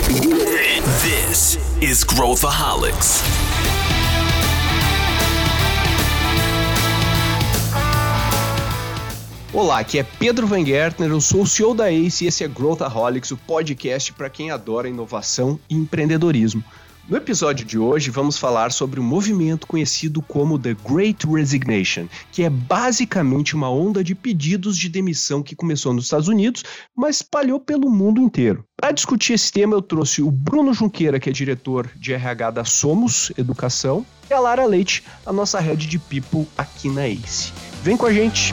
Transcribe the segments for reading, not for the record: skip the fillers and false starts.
This is Growthaholics. Olá, aqui é Pedro Van Gertner, eu sou o CEO da ACE e esse é Growthaholics, o podcast para quem adora inovação e empreendedorismo. No episódio de hoje, vamos falar sobre um movimento conhecido como The Great Resignation, que é basicamente uma onda de pedidos de demissão que começou nos Estados Unidos, mas espalhou pelo mundo inteiro. Para discutir esse tema, eu trouxe o Bruno Junqueira, que é diretor de RH da Somos Educação, e a Lara Leite, a nossa head de People aqui na ACE. Vem com a gente!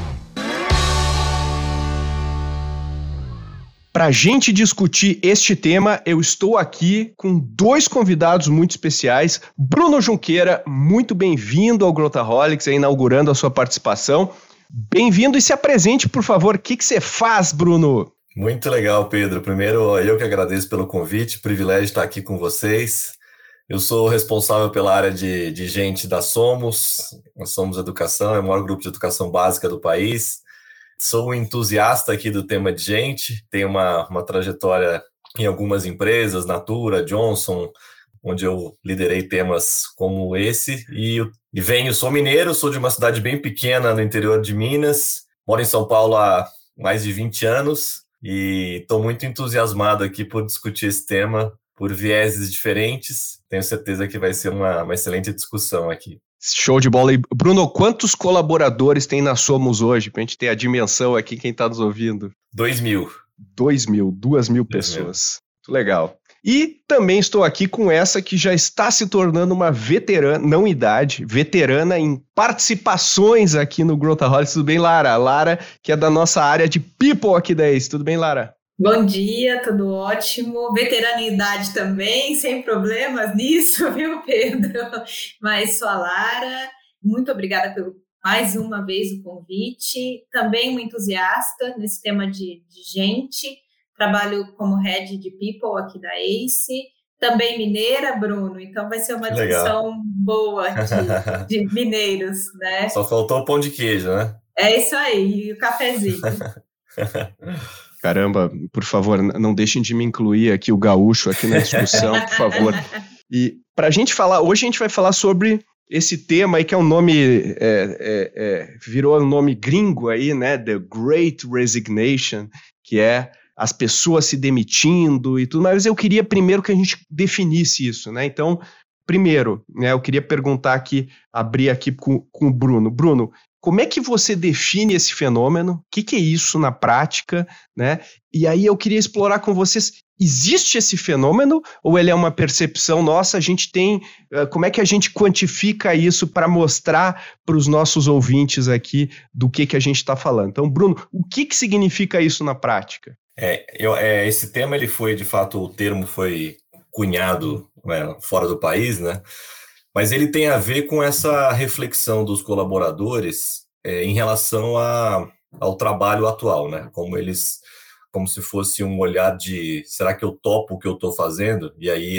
Para a gente discutir este tema, eu estou aqui com dois convidados muito especiais. Bruno Junqueira, muito bem-vindo ao Growthaholics, inaugurando a sua participação. Bem-vindo e se apresente, por favor. O que você faz, Bruno? Muito legal, Pedro. Primeiro, eu que agradeço pelo convite, privilégio estar aqui com vocês. Eu sou responsável pela área de gente da Somos. Nós somos Educação, é o maior grupo de educação básica do país. Sou um entusiasta aqui do tema de gente, tenho uma trajetória em algumas empresas, Natura, Johnson, onde eu liderei temas como esse, sou mineiro, sou de uma cidade bem pequena no interior de Minas, moro em São Paulo há mais de 20 anos e estou muito entusiasmado aqui por discutir esse tema por vieses diferentes, tenho certeza que vai ser uma excelente discussão aqui. Show de bola. E, Bruno, quantos colaboradores tem na Somos hoje? Pra gente ter a dimensão aqui, quem tá nos ouvindo. 2.000. 2.000 pessoas. Muito legal. E também estou aqui com essa que já está se tornando uma veterana, não idade, veterana em participações aqui no Growthaholics. Tudo bem, Lara? Lara, que é da nossa área de People aqui da ACE. Tudo bem, Lara? Bom dia, tudo ótimo. Veteranidade também, sem problemas nisso, viu, Pedro? Mas sou a Lara, muito obrigada pelo mais uma vez o convite. Também uma entusiasta nesse tema de gente. Trabalho como head de People aqui da ACE. Também mineira, Bruno, então vai ser uma discussão boa de mineiros, né? Só faltou o pão de queijo, né? É isso aí, e o cafezinho. Caramba, por favor, não deixem de me incluir aqui, o gaúcho, aqui na discussão, por favor. E para a gente falar, hoje a gente vai falar sobre esse tema aí que é um nome, virou um nome gringo aí, né? The Great Resignation, que é as pessoas se demitindo e tudo mais. Mas eu queria primeiro que a gente definisse isso, né? Então, primeiro, né, eu queria perguntar aqui, abrir aqui com o Bruno. Bruno, como é que você define esse fenômeno? O que é isso na prática, né? E aí eu queria explorar com vocês, existe esse fenômeno ou ele é uma percepção nossa? A gente tem, como é que a gente quantifica isso para mostrar para os nossos ouvintes aqui do que a gente está falando? Então, Bruno, o que significa isso na prática? Esse tema, ele foi, de fato, o termo foi cunhado fora do país, né? Mas ele tem a ver com essa reflexão dos colaboradores em relação ao trabalho atual, né? Como se fosse um olhar de, será que eu topo o que eu estou fazendo? E aí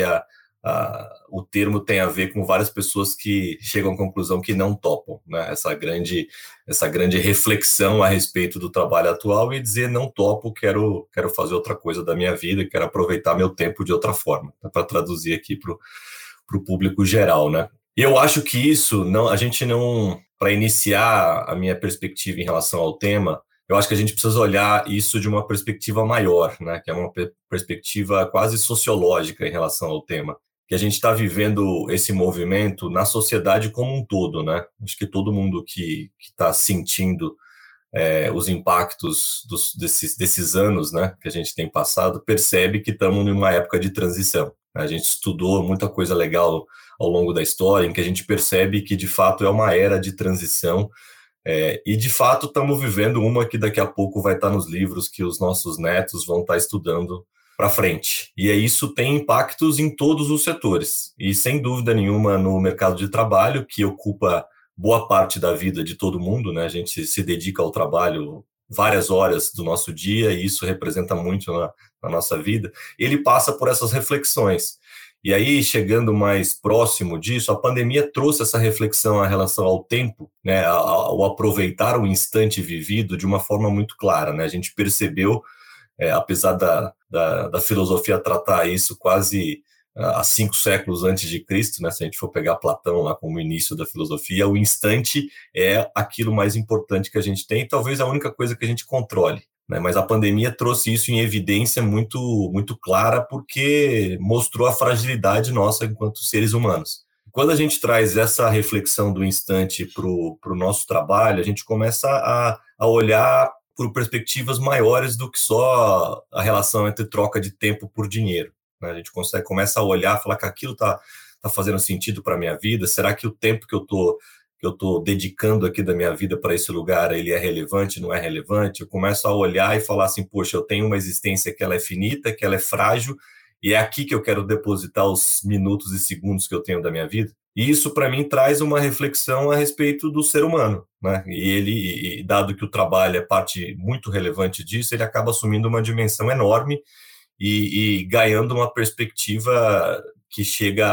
o termo tem a ver com várias pessoas que chegam à conclusão que não topam, né? Essa grande reflexão a respeito do trabalho atual e dizer, não topo, quero fazer outra coisa da minha vida, quero aproveitar meu tempo de outra forma, para traduzir aqui para o público geral, né? E eu acho que isso, para iniciar a minha perspectiva em relação ao tema, eu acho que a gente precisa olhar isso de uma perspectiva maior, né? Que é uma perspectiva quase sociológica em relação ao tema. Que a gente está vivendo esse movimento na sociedade como um todo, né? Acho que todo mundo que está sentindo os impactos desses anos, né, que a gente tem passado, percebe que estamos numa época de transição. A gente estudou muita coisa legal ao longo da história, em que a gente percebe que, de fato, é uma era de transição e, de fato, estamos vivendo uma que daqui a pouco vai estar nos livros que os nossos netos vão estar estudando para frente. E isso tem impactos em todos os setores. E, sem dúvida nenhuma, no mercado de trabalho, que ocupa boa parte da vida de todo mundo, né? A gente se dedica ao trabalho várias horas do nosso dia e isso representa muito na nossa vida. Ele passa por essas reflexões. E aí, chegando mais próximo disso, a pandemia trouxe essa reflexão em relação ao tempo, né? Ao aproveitar o instante vivido de uma forma muito clara, né? A gente percebeu apesar da filosofia tratar isso quase há 5 séculos antes de Cristo, né? Se a gente for pegar Platão lá como início da filosofia, o instante é aquilo mais importante que a gente tem, e talvez a única coisa que a gente controle, né? Mas a pandemia trouxe isso em evidência muito, muito clara, porque mostrou a fragilidade nossa enquanto seres humanos. Quando a gente traz essa reflexão do instante para o nosso trabalho, a gente começa a olhar por perspectivas maiores do que só a relação entre troca de tempo por dinheiro. A gente começa a olhar, falar que aquilo está fazendo sentido para a minha vida. Será que o tempo que eu tô dedicando aqui da minha vida para esse lugar, ele é relevante, não é relevante? Eu começo a olhar e falar assim, poxa, eu tenho uma existência que ela é finita, que ela é frágil, e é aqui que eu quero depositar os minutos e segundos que eu tenho da minha vida. E isso, para mim, traz uma reflexão a respeito do ser humano, né? E dado que o trabalho é parte muito relevante disso, ele acaba assumindo uma dimensão enorme e ganhando uma perspectiva que chega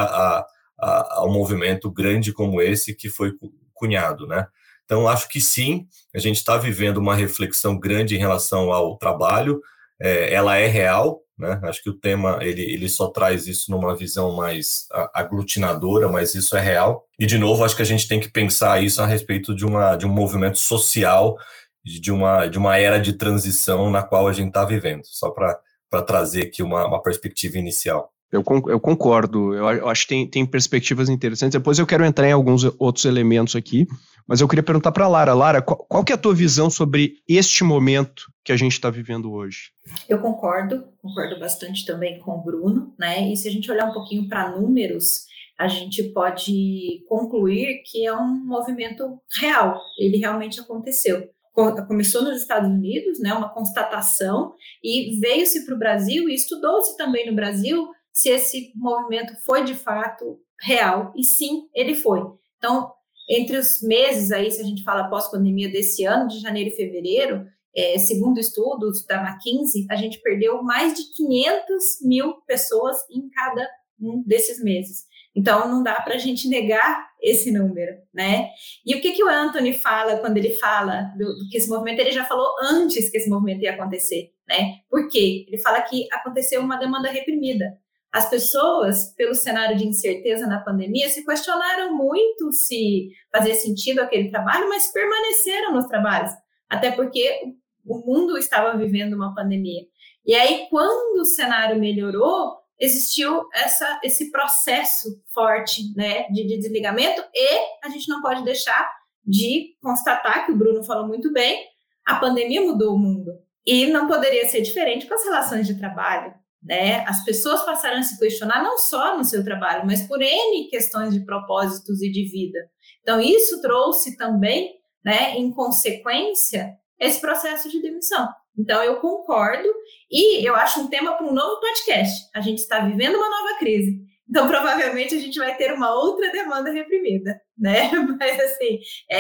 a um movimento grande como esse que foi cunhado, né? Então, acho que sim, a gente está vivendo uma reflexão grande em relação ao trabalho, ela é real, né? Acho que o tema ele só traz isso numa visão mais aglutinadora, mas isso é real. E, de novo, acho que a gente tem que pensar isso a respeito de um movimento social, de uma era de transição na qual a gente está vivendo, só para trazer aqui uma perspectiva inicial. Eu concordo, eu acho que tem perspectivas interessantes. Depois eu quero entrar em alguns outros elementos aqui, mas eu queria perguntar para a Lara. Lara, qual que é a tua visão sobre este momento que a gente está vivendo hoje? Eu concordo bastante também com o Bruno, né? E se a gente olhar um pouquinho para números, a gente pode concluir que é um movimento real, ele realmente aconteceu. Começou nos Estados Unidos, né, uma constatação, e veio-se para o Brasil e estudou-se também no Brasil se esse movimento foi de fato real, e sim, ele foi. Então, entre os meses aí, se a gente fala pós-pandemia desse ano, de janeiro e fevereiro, segundo estudos da McKinsey, a gente perdeu mais de 500 mil pessoas em cada um desses meses. Então, não dá para a gente negar esse número, né? E o que o Anthony fala quando ele fala do que esse movimento, ele já falou antes que esse movimento ia acontecer, né? Por quê? Ele fala que aconteceu uma demanda reprimida. As pessoas, pelo cenário de incerteza na pandemia, se questionaram muito se fazia sentido aquele trabalho, mas permaneceram nos trabalhos, até porque o mundo estava vivendo uma pandemia. E aí, quando o cenário melhorou, existiu esse processo forte, né, de desligamento, e a gente não pode deixar de constatar, que o Bruno falou muito bem, a pandemia mudou o mundo. E não poderia ser diferente com as relações de trabalho, né? As pessoas passaram a se questionar não só no seu trabalho, mas por N questões de propósitos e de vida. Então, isso trouxe também, né, em consequência, esse processo de demissão. Então, eu concordo, e eu acho um tema para um novo podcast. A gente está vivendo uma nova crise, então provavelmente a gente vai ter uma outra demanda reprimida, né? Mas assim,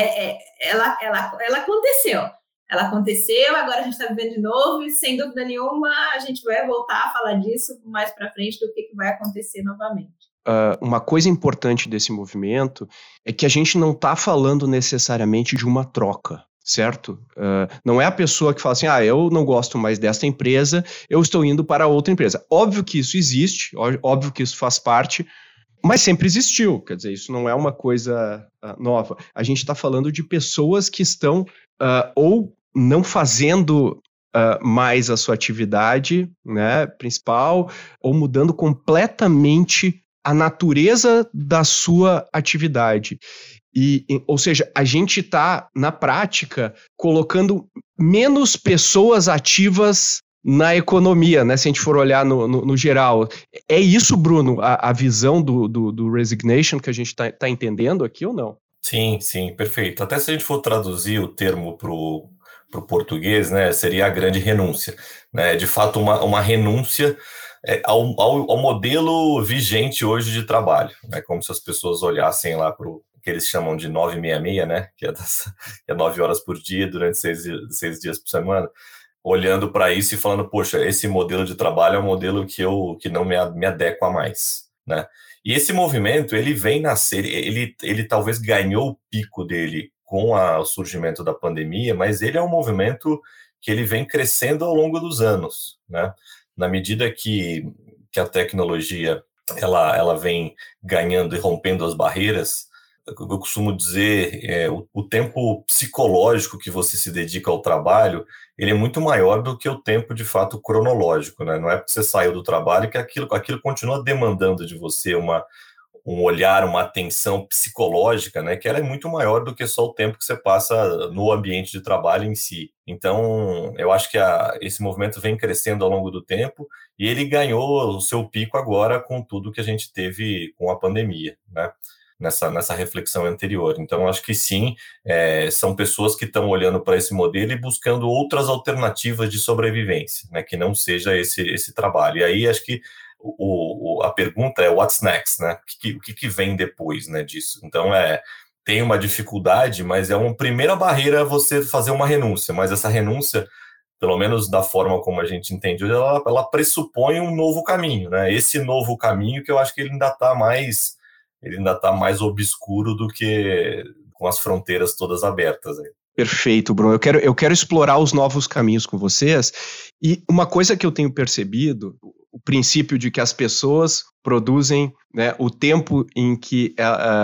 ela aconteceu. Ela aconteceu, agora a gente está vivendo de novo, e sem dúvida nenhuma a gente vai voltar a falar disso mais para frente, do que vai acontecer novamente. Uma coisa importante desse movimento é que a gente não está falando necessariamente de uma troca, certo? Não é a pessoa que fala assim, eu não gosto mais desta empresa, eu estou indo para outra empresa. Óbvio que isso existe, óbvio que isso faz parte, mas sempre existiu, quer dizer, isso não é uma coisa nova. A gente está falando de pessoas que estão ou não fazendo mais a sua atividade, né, principal, ou mudando completamente a natureza da sua atividade. Ou seja, a gente está, na prática, colocando menos pessoas ativas na economia, né? Se a gente for olhar no geral. É isso, Bruno, a visão do resignation que a gente está entendendo aqui ou não? Sim, perfeito. Até se a gente for traduzir o termo para o português, né, seria a grande renúncia, né? De fato, uma renúncia ao modelo vigente hoje de trabalho, né? Como se as pessoas olhassem lá para o que eles chamam de 966, né? Que é 9 horas por dia durante 6 dias por semana, olhando para isso e falando, poxa, esse modelo de trabalho é um modelo que não me adequa mais, né? E esse movimento, ele vem nascer, ele talvez ganhou o pico dele com o surgimento da pandemia, mas ele é um movimento que ele vem crescendo ao longo dos anos, né? Na medida que a tecnologia ela vem ganhando e rompendo as barreiras, eu costumo dizer, o tempo psicológico que você se dedica ao trabalho, ele é muito maior do que o tempo, de fato, cronológico, né? Não é porque você saiu do trabalho que aquilo continua demandando de você um olhar, uma atenção psicológica, né? Que ela é muito maior do que só o tempo que você passa no ambiente de trabalho em si. Então, eu acho que esse movimento vem crescendo ao longo do tempo e ele ganhou o seu pico agora com tudo que a gente teve com a pandemia, né? Nessa reflexão anterior. Então, acho que sim, são pessoas que estão olhando para esse modelo e buscando outras alternativas de sobrevivência, né, que não seja esse trabalho. E aí, acho que a pergunta é what's next, né? O que vem depois, né, disso? Então, tem uma dificuldade, mas é uma primeira barreira você fazer uma renúncia, mas essa renúncia, pelo menos da forma como a gente entende, ela pressupõe um novo caminho, né? Esse novo caminho que eu acho que ele ainda está mais obscuro do que com as fronteiras todas abertas. Aí. Perfeito, Bruno. Eu quero explorar os novos caminhos com vocês. E uma coisa que eu tenho percebido, o princípio de que as pessoas produzem, né, o tempo em que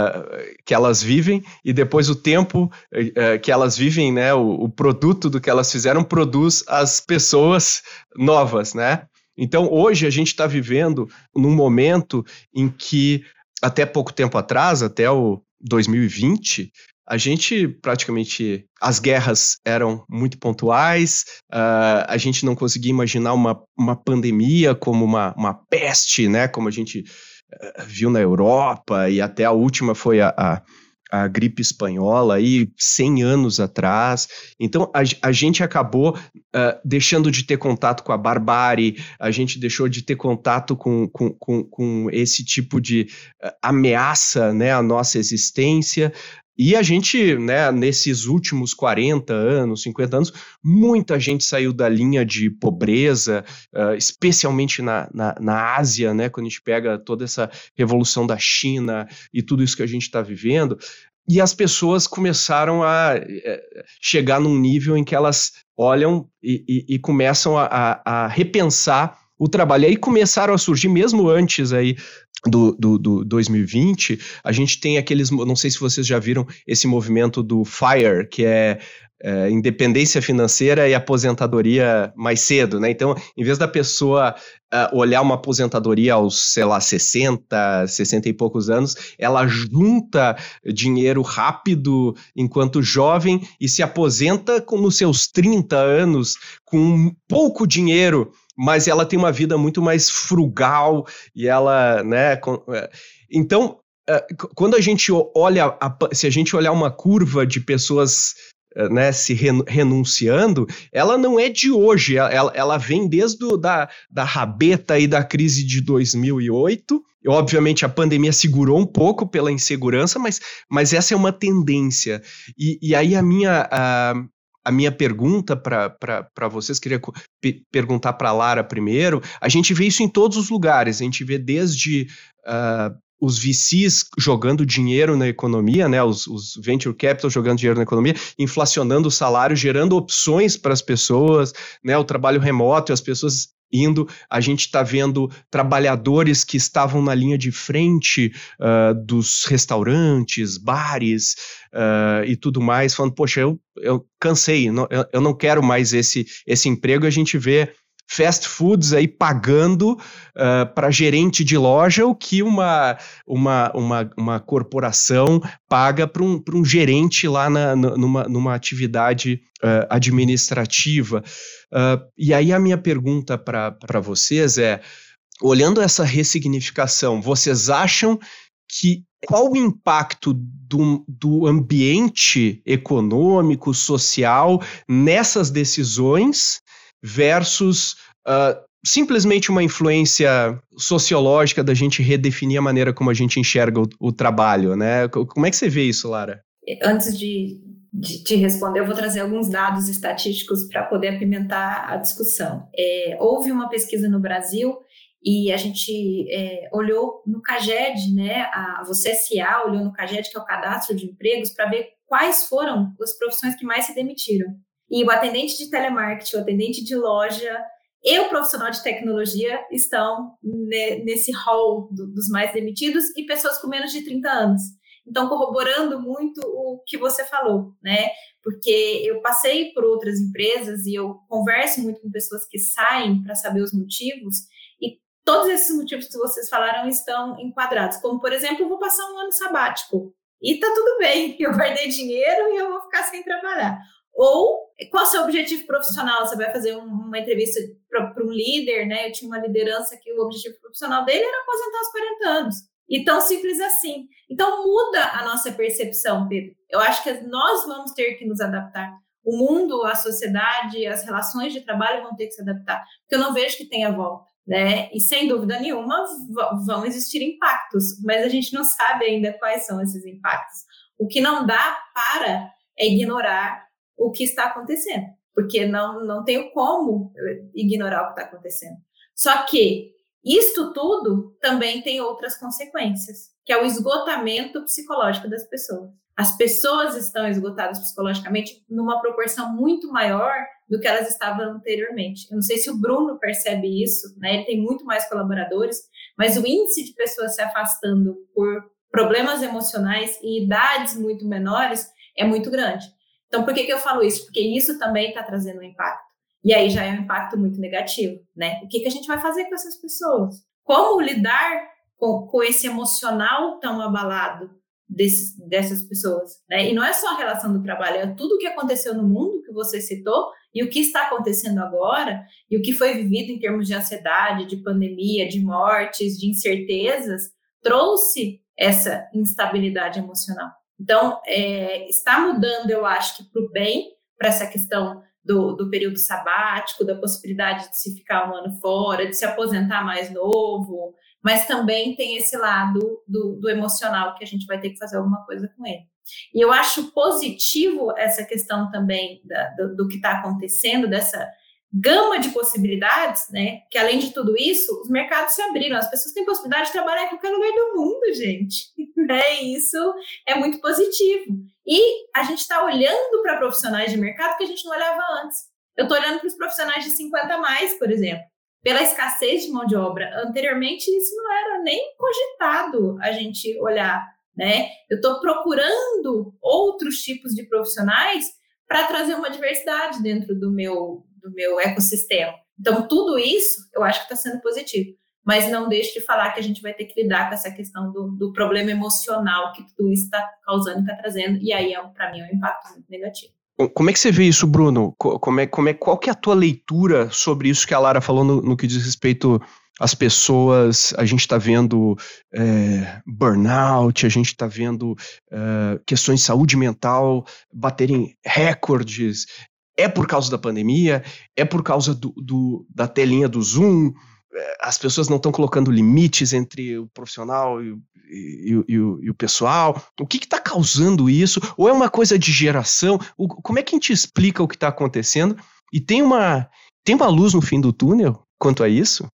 elas vivem e depois o tempo que elas vivem, né, o produto do que elas fizeram produz as pessoas novas, né? Então, hoje a gente está vivendo num momento em que até pouco tempo atrás, até o 2020, a gente praticamente, as guerras eram muito pontuais, a gente não conseguia imaginar uma pandemia como uma peste, né, como a gente viu na Europa, e até a última foi a gripe espanhola, aí 100 anos atrás. Então, a gente acabou deixando de ter contato com a barbárie, a gente deixou de ter contato com esse tipo de ameaça, né, à nossa existência. E a gente, né, nesses últimos 40 anos, 50 anos, muita gente saiu da linha de pobreza, especialmente na Ásia, né, quando a gente pega toda essa revolução da China e tudo isso que a gente está vivendo, e as pessoas começaram a chegar num nível em que elas olham e começam a repensar o trabalho. E aí começaram a surgir, mesmo antes aí do 2020, a gente tem aqueles, não sei se vocês já viram esse movimento do FIRE, que é independência financeira e aposentadoria mais cedo, né? Então, em vez da pessoa olhar uma aposentadoria aos, sei lá, 60 e poucos anos, ela junta dinheiro rápido enquanto jovem e se aposenta nos seus 30 anos com pouco dinheiro, mas ela tem uma vida muito mais frugal e ela, né? Então, quando a gente olha, se a gente olhar uma curva de pessoas, né, se renunciando, ela não é de hoje, ela vem desde da rabeta e da crise de 2008. Obviamente a pandemia segurou um pouco pela insegurança, mas essa é uma tendência. E aí a minha pergunta para vocês, queria perguntar para a Lara primeiro, a gente vê isso em todos os lugares, a gente vê desde os VCs jogando dinheiro na economia, né, os venture capital jogando dinheiro na economia, inflacionando o salário, gerando opções para as pessoas, né, o trabalho remoto e as pessoas indo. A gente está vendo trabalhadores que estavam na linha de frente dos restaurantes, bares e tudo mais, falando, poxa, eu cansei, eu não quero mais esse emprego. A gente vê fast foods aí pagando para gerente de loja o que uma corporação paga para um gerente lá numa atividade administrativa. E aí a minha pergunta para vocês é, olhando essa ressignificação, vocês acham que qual o impacto do ambiente econômico, social nessas decisões versus simplesmente uma influência sociológica da gente redefinir a maneira como a gente enxerga o trabalho, né? Como é que você vê isso, Lara? Antes de te responder, eu vou trazer alguns dados estatísticos para poder apimentar a discussão. Houve uma pesquisa no Brasil e a gente olhou no CAGED, né? Você SA olhou no CAGED, que é o Cadastro de Empregos, para ver quais foram as profissões que mais se demitiram. E o atendente de telemarketing, o atendente de loja e o profissional de tecnologia estão nesse hall dos mais demitidos e pessoas com menos de 30 anos. Então, corroborando muito o que você falou, né? Porque eu passei por outras empresas e eu converso muito com pessoas que saem para saber os motivos e todos esses motivos que vocês falaram estão enquadrados. Como, por exemplo, eu vou passar um ano sabático e tá tudo bem, eu guardei dinheiro e eu vou ficar sem trabalhar. Ou, qual é o seu objetivo profissional? Você vai fazer uma entrevista para um líder, né? Eu tinha uma liderança que o objetivo profissional dele era aposentar aos 40 anos. E tão simples assim. Então, muda a nossa percepção, Pedro. Eu acho que nós vamos ter que nos adaptar. O mundo, a sociedade, as relações de trabalho vão ter que se adaptar. Porque eu não vejo que tenha volta, né? E, sem dúvida nenhuma, vão existir impactos. Mas a gente não sabe ainda quais são esses impactos. O que não dá para é ignorar o que está acontecendo. Porque não tenho como ignorar o que está acontecendo. Só que isto tudo também tem outras consequências, que é o esgotamento psicológico das pessoas. As pessoas estão esgotadas psicologicamente numa proporção muito maior do que elas estavam anteriormente. Eu não sei se o Bruno percebe isso, né? Ele tem muito mais colaboradores, mas o índice de pessoas se afastando por problemas emocionais e idades muito menores é muito grande. Então, por que eu falo isso? Porque isso também está trazendo um impacto. E aí já é um impacto muito negativo, né? O que a gente vai fazer com essas pessoas? Como lidar com esse emocional tão abalado dessas pessoas, né? E não é só a relação do trabalho, é tudo o que aconteceu no mundo que você citou e o que está acontecendo agora e o que foi vivido em termos de ansiedade, de pandemia, de mortes, de incertezas, trouxe essa instabilidade emocional. Então, está mudando, eu acho que para o bem, para essa questão do período sabático, da possibilidade de se ficar um ano fora, de se aposentar mais novo, mas também tem esse lado do emocional que a gente vai ter que fazer alguma coisa com ele. E eu acho positivo essa questão também do que está acontecendo, dessa gama de possibilidades, né? Que além de tudo isso, os mercados se abriram, as pessoas têm possibilidade de trabalhar em qualquer lugar do mundo, gente. Né? E isso é muito positivo. E a gente está olhando para profissionais de mercado que a gente não olhava antes. Eu estou olhando para os profissionais de 50 a mais, por exemplo, pela escassez de mão de obra. Anteriormente, isso não era nem cogitado a gente olhar, né? Eu estou procurando outros tipos de profissionais para trazer uma diversidade dentro do meu ecossistema. Então, tudo isso eu acho que está sendo positivo. Mas não deixe de falar que a gente vai ter que lidar com essa questão do problema emocional que tudo isso está causando e está trazendo. E aí, para mim, é um impacto muito negativo. Como é que você vê isso, Bruno? Qual que é a tua leitura sobre isso que a Lara falou no que diz respeito às pessoas? A gente está vendo burnout, a gente está vendo questões de saúde mental baterem recordes. É por causa da pandemia? É por causa da telinha do Zoom? As pessoas não estão colocando limites entre o profissional e o pessoal. O que está causando isso? Ou é uma coisa de geração? Como é que a gente explica o que está acontecendo? E tem uma luz no fim do túnel quanto a isso?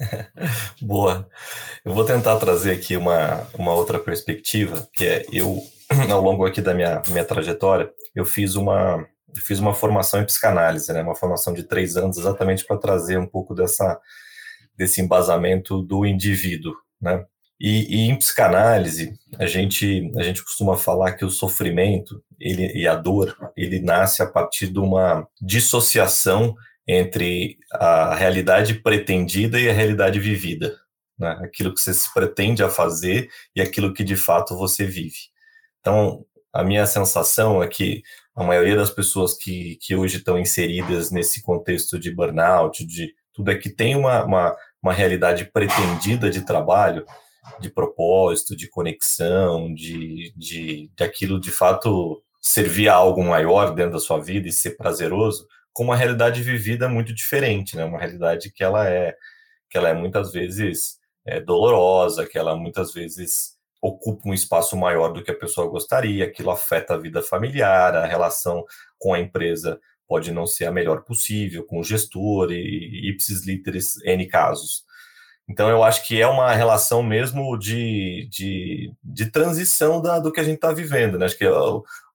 Boa. Eu vou tentar trazer aqui uma outra perspectiva, que é eu, ao longo aqui da minha trajetória, eu fiz uma formação em psicanálise, né? Uma formação de 3 anos, exatamente para trazer um pouco desse embasamento do indivíduo, né? E em psicanálise, a gente costuma falar que o sofrimento e a dor, ele nasce a partir de uma dissociação entre a realidade pretendida e a realidade vivida, né? Aquilo que você se pretende a fazer e aquilo que de fato você vive. Então, a minha sensação é que a maioria das pessoas que hoje estão inseridas nesse contexto de burnout, de tudo, é que tem uma realidade pretendida de trabalho, de propósito, de conexão, de aquilo de fato servir a algo maior dentro da sua vida e ser prazeroso, com uma realidade vivida muito diferente, né? Uma realidade que ela é muitas vezes dolorosa, que ela muitas vezes ocupa um espaço maior do que a pessoa gostaria, aquilo afeta a vida familiar, a relação com a empresa pode não ser a melhor possível, com o gestor e ipsis literis N casos. Então, eu acho que é uma relação mesmo de transição do que a gente está vivendo, né? Acho que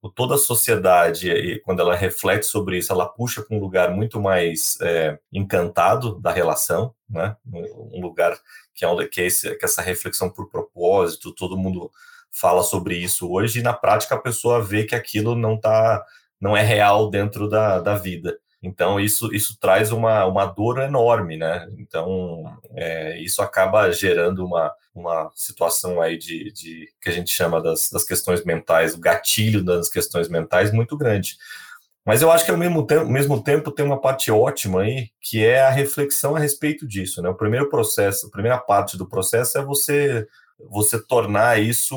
toda a sociedade, e quando ela reflete sobre isso, ela puxa para um lugar muito mais encantado da relação, né? Um lugar que é essa reflexão por propósito, todo mundo fala sobre isso hoje, e na prática a pessoa vê que aquilo não é real dentro da vida. Então, isso traz uma dor enorme, né? Então, isso acaba gerando uma situação aí de que a gente chama das questões mentais, o gatilho das questões mentais muito grande. Mas eu acho que ao mesmo tempo tem uma parte ótima aí, que é a reflexão a respeito disso, né? A primeira parte do processo é você tornar isso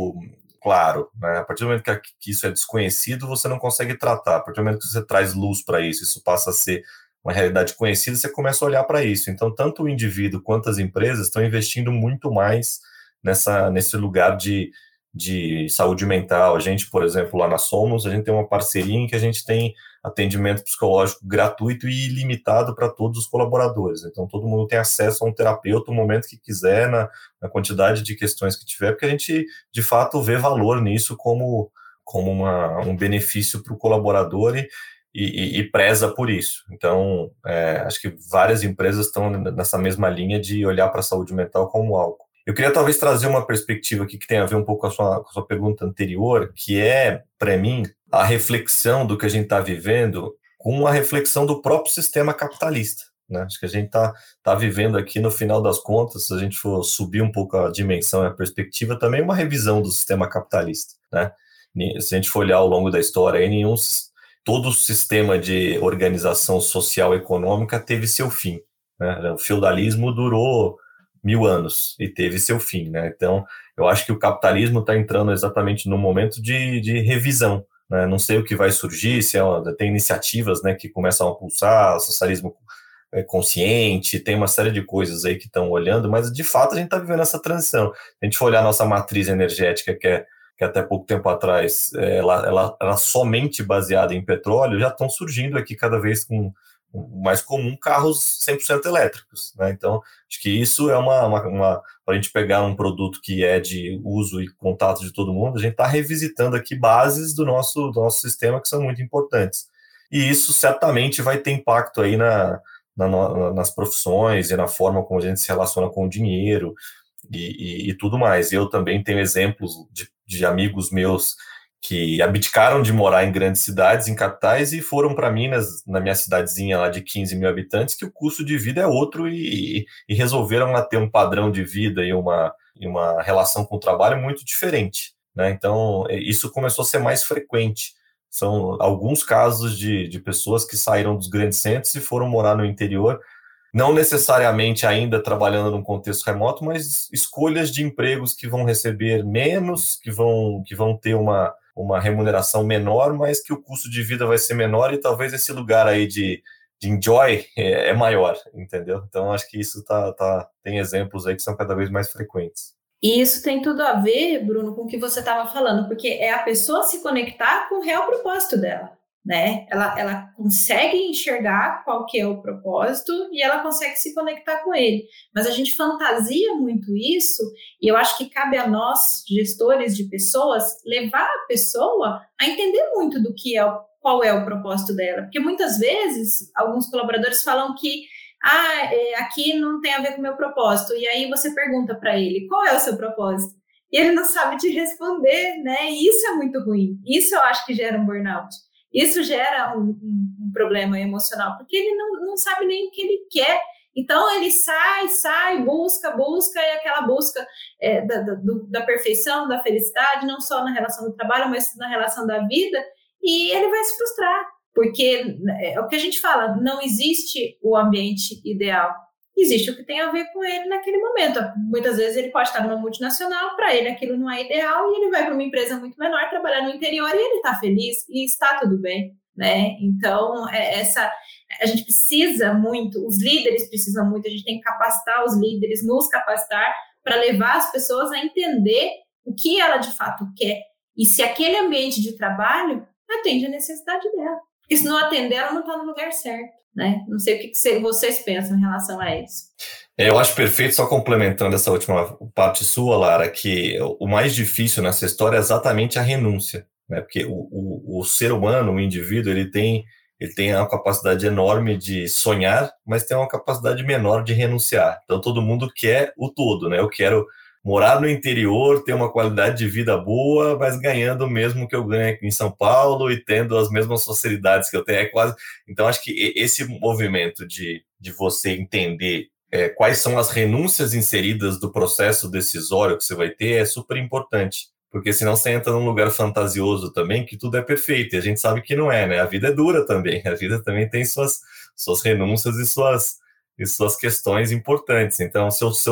claro, né? A partir do momento que isso é desconhecido, você não consegue tratar. A partir do momento que você traz luz para isso passa a ser uma realidade conhecida, você começa a olhar para isso. Então, tanto o indivíduo quanto as empresas estão investindo muito mais nesse lugar de saúde mental. A gente, por exemplo, lá na Somos, a gente tem uma parceria em que a gente tem atendimento psicológico gratuito e ilimitado para todos os colaboradores. Então, todo mundo tem acesso a um terapeuta no momento que quiser, na quantidade de questões que tiver, porque a gente, de fato, vê valor nisso como um benefício para o colaborador e preza por isso. Então, acho que várias empresas estão nessa mesma linha de olhar para a saúde mental como algo. Eu queria talvez trazer uma perspectiva aqui que tem a ver um pouco com a sua pergunta anterior, que é, para mim, a reflexão do que a gente está vivendo com a reflexão do próprio sistema capitalista, né? Acho que a gente tá vivendo aqui, no final das contas, se a gente for subir um pouco a dimensão e a perspectiva, também uma revisão do sistema capitalista, né? Se a gente for olhar ao longo da história, todo o sistema de organização social e econômica teve seu fim, né? O feudalismo durou 1000 anos e teve seu fim, né? Então, eu acho que o capitalismo está entrando exatamente no momento de revisão, né? Não sei o que vai surgir, tem iniciativas, né, que começam a pulsar, o socialismo consciente, tem uma série de coisas aí que estão olhando, mas de fato a gente está vivendo essa transição. Se a gente for olhar a nossa matriz energética, que até pouco tempo atrás ela era somente baseada em petróleo, já estão surgindo aqui cada vez com mais comum carros 100% elétricos, né? Então, acho que isso é para a gente pegar um produto que é de uso e contato de todo mundo, a gente está revisitando aqui bases do nosso sistema que são muito importantes. E isso certamente vai ter impacto aí nas profissões e na forma como a gente se relaciona com o dinheiro e tudo mais. E eu também tenho exemplos de amigos meus que abdicaram de morar em grandes cidades, em capitais, e foram para Minas, na minha cidadezinha lá de 15 mil habitantes, que o custo de vida é outro, e resolveram lá ter um padrão de vida e uma relação com o trabalho muito diferente, né? Então, isso começou a ser mais frequente. São alguns casos de pessoas que saíram dos grandes centros e foram morar no interior, não necessariamente ainda trabalhando num contexto remoto, mas escolhas de empregos que vão receber menos, que vão ter uma remuneração menor, mas que o custo de vida vai ser menor, e talvez esse lugar aí de enjoy é maior, entendeu? Então, acho que isso tem exemplos aí que são cada vez mais frequentes. E isso tem tudo a ver, Bruno, com o que você estava falando, porque é a pessoa se conectar com o real propósito dela, né? Ela consegue enxergar qual que é o propósito e ela consegue se conectar com ele. Mas a gente fantasia muito isso, e eu acho que cabe a nós, gestores de pessoas, levar a pessoa a entender muito do que qual é o propósito dela. Porque muitas vezes alguns colaboradores falam que aqui não tem a ver com o meu propósito. E aí você pergunta para ele, qual é o seu propósito? E ele não sabe te responder, né? E isso é muito ruim. Isso eu acho que gera um burnout. Isso gera um problema emocional, porque ele não sabe nem o que ele quer. Então, ele sai, busca, e aquela busca da perfeição, da felicidade, não só na relação do trabalho, mas na relação da vida, e ele vai se frustrar, porque é o que a gente fala, não existe o ambiente ideal. Existe o que tem a ver com ele naquele momento. Muitas vezes ele pode estar numa multinacional, para ele aquilo não é ideal, e ele vai para uma empresa muito menor, trabalhar no interior, e ele está feliz, e está tudo bem, né? Então, a gente precisa muito, os líderes precisam muito, a gente tem que capacitar os líderes, nos capacitar para levar as pessoas a entender o que ela de fato quer, e se aquele ambiente de trabalho atende a necessidade dela. Porque se não atender, ela não está no lugar certo. Né? Não sei o que vocês pensam em relação a isso. Eu acho perfeito, só complementando essa última parte sua, Lara, que o mais difícil nessa história é exatamente a renúncia, né? Porque o ser humano, o indivíduo, ele tem uma capacidade enorme de sonhar, mas tem uma capacidade menor de renunciar. Então, todo mundo quer o todo, né? Eu quero morar no interior, ter uma qualidade de vida boa, mas ganhando o mesmo que eu ganho aqui em São Paulo e tendo as mesmas facilidades que eu tenho. Então, acho que esse movimento de você entender quais são as renúncias inseridas do processo decisório que você vai ter é super importante. Porque senão você entra num lugar fantasioso também, que tudo é perfeito, e a gente sabe que não é, né? A vida é dura também, a vida também tem suas renúncias e suas questões importantes. Então,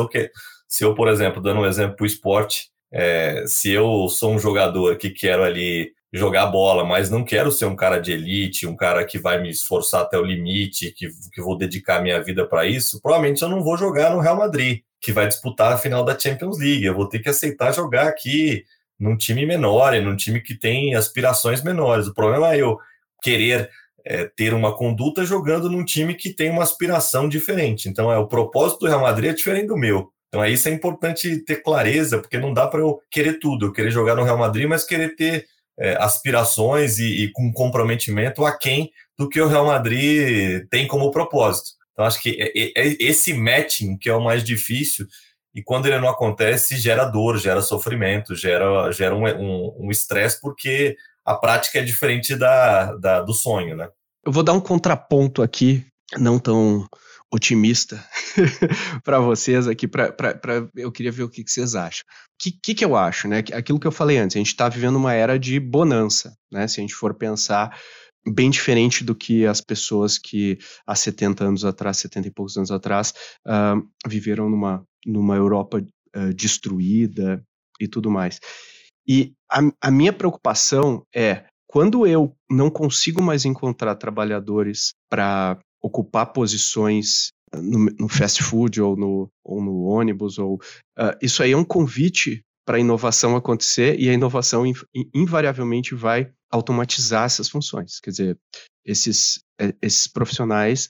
se eu, por exemplo, dando um exemplo para o esporte, se eu sou um jogador que quero ali jogar bola, mas não quero ser um cara de elite, um cara que vai me esforçar até o limite, que vou dedicar minha vida para isso, provavelmente eu não vou jogar no Real Madrid, que vai disputar a final da Champions League. Eu vou ter que aceitar jogar aqui num time menor, num time que tem aspirações menores. O problema é eu querer ter uma conduta jogando num time que tem uma aspiração diferente. Então, o propósito do Real Madrid é diferente do meu. Então, isso é importante ter clareza, porque não dá para eu querer tudo. Eu querer jogar no Real Madrid, mas querer ter aspirações e com comprometimento aquém do que o Real Madrid tem como propósito. Então, acho que esse matching que é o mais difícil. E quando ele não acontece, gera dor, gera sofrimento, gera um estresse, porque a prática é diferente do sonho, né? Eu vou dar um contraponto aqui, não tão otimista, para vocês aqui, eu queria ver o que vocês acham. O que eu acho, né? Aquilo que eu falei antes, a gente está vivendo uma era de bonança, né? Se a gente for pensar, bem diferente do que as pessoas que há 70 anos atrás, 70 e poucos anos atrás, viveram numa Europa destruída e tudo mais. E a minha preocupação é, quando eu não consigo mais encontrar trabalhadores para ocupar posições no fast food ou no ônibus, isso aí é um convite para a inovação acontecer, e a inovação invariavelmente vai automatizar essas funções. Quer dizer, esses profissionais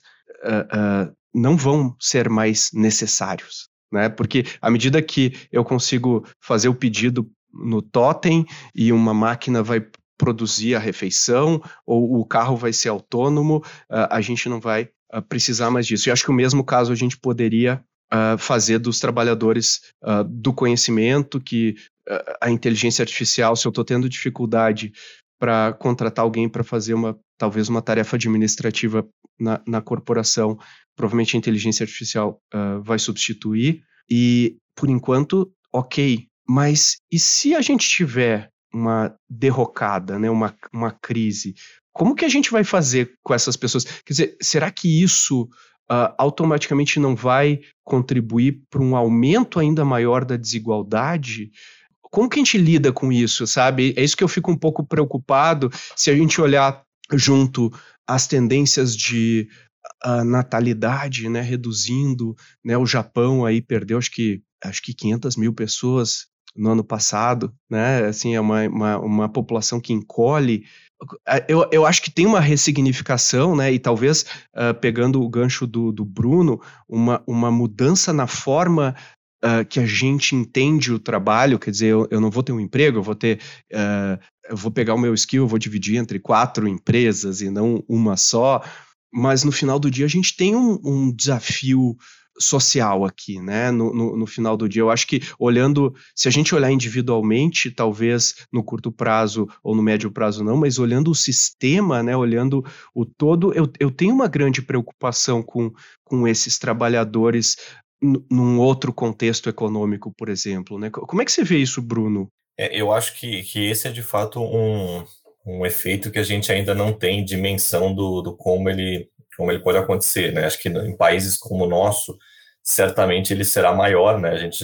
não vão ser mais necessários, né? Porque à medida que eu consigo fazer o pedido no totem e uma máquina vai produzir a refeição, ou o carro vai ser autônomo, a gente não vai precisar mais disso. E acho que o mesmo caso a gente poderia fazer dos trabalhadores do conhecimento, que a inteligência artificial, se eu estou tendo dificuldade para contratar alguém para fazer talvez uma tarefa administrativa na corporação, provavelmente a inteligência artificial vai substituir. E, por enquanto, ok. Mas e se a gente tiver uma derrocada, né, uma crise, como que a gente vai fazer com essas pessoas? Quer dizer, será que isso automaticamente não vai contribuir para um aumento ainda maior da desigualdade? Como que a gente lida com isso, sabe? É isso que eu fico um pouco preocupado, se a gente olhar junto as tendências de natalidade, né, reduzindo, né, o Japão aí perdeu acho que 500 mil pessoas no ano passado, né, assim, é uma população que encolhe. Eu acho que tem uma ressignificação, né, e talvez, pegando o gancho do Bruno, uma mudança na forma que a gente entende o trabalho. Quer dizer, eu não vou ter um emprego, eu vou pegar o meu skill, eu vou dividir entre 4 empresas e não uma só, mas no final do dia a gente tem um desafio social aqui, né? No final do dia, eu acho que se a gente olhar individualmente, talvez no curto prazo ou no médio prazo não, mas olhando o sistema, né? Olhando o todo, eu tenho uma grande preocupação com esses trabalhadores num outro contexto econômico, por exemplo, né? Como é que você vê isso, Bruno? Eu acho que esse é de fato um efeito que a gente ainda não tem dimensão do como ele pode acontecer, né? Acho que em países como o nosso, certamente ele será maior, né? A gente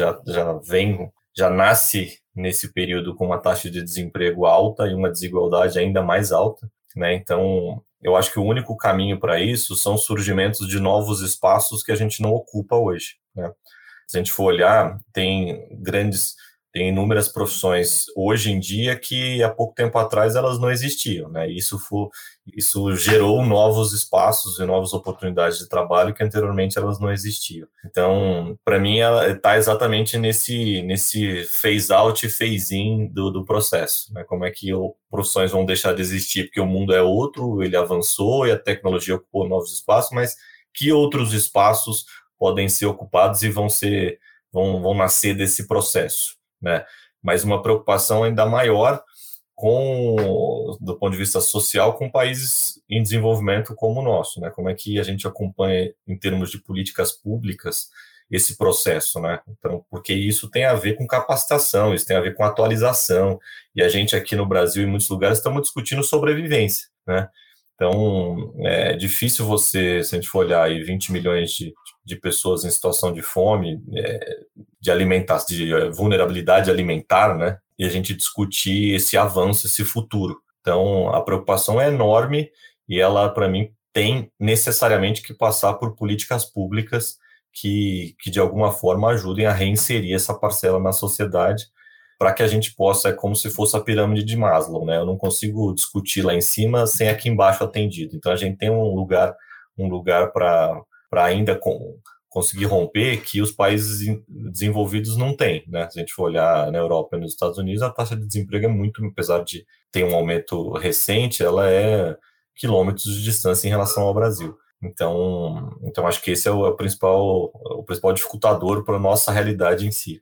já nasce nesse período com uma taxa de desemprego alta e uma desigualdade ainda mais alta, né? Então, eu acho que o único caminho para isso são surgimentos de novos espaços que a gente não ocupa hoje, né? Se a gente for olhar, tem grandes Tem inúmeras profissões hoje em dia que há pouco tempo atrás elas não existiam, né? Isso gerou novos espaços e novas oportunidades de trabalho que anteriormente elas não existiam. Então, para mim, ela está exatamente nesse phase-out e phase-in do processo, né? Como é que profissões vão deixar de existir porque o mundo é outro, ele avançou e a tecnologia ocupou novos espaços, mas que outros espaços podem ser ocupados e vão nascer desse processo, né? Mas uma preocupação ainda maior do ponto de vista social, com países em desenvolvimento como o nosso, né? Como é que a gente acompanha, em termos de políticas públicas, esse processo, né? Então, porque isso tem a ver com capacitação, isso tem a ver com atualização, e a gente aqui no Brasil, em muitos lugares, estamos discutindo sobrevivência, né? Então, é difícil se a gente for olhar aí 20 milhões de pessoas em situação de fome, de vulnerabilidade alimentar, né? E a gente discutir esse avanço, esse futuro. Então, a preocupação é enorme e ela, para mim, tem necessariamente que passar por políticas públicas que de alguma forma ajudem a reinserir essa parcela na sociedade, para que a gente possa, é como se fosse a pirâmide de Maslow, né? Eu não consigo discutir lá em cima sem aqui embaixo atendido. Então, a gente tem um lugar para ainda conseguir romper que os países desenvolvidos não têm, né? Se a gente for olhar na Europa e nos Estados Unidos, a taxa de desemprego é muito, apesar de ter um aumento recente, ela é quilômetros de distância em relação ao Brasil. Então acho que esse é o principal dificultador para a nossa realidade em si.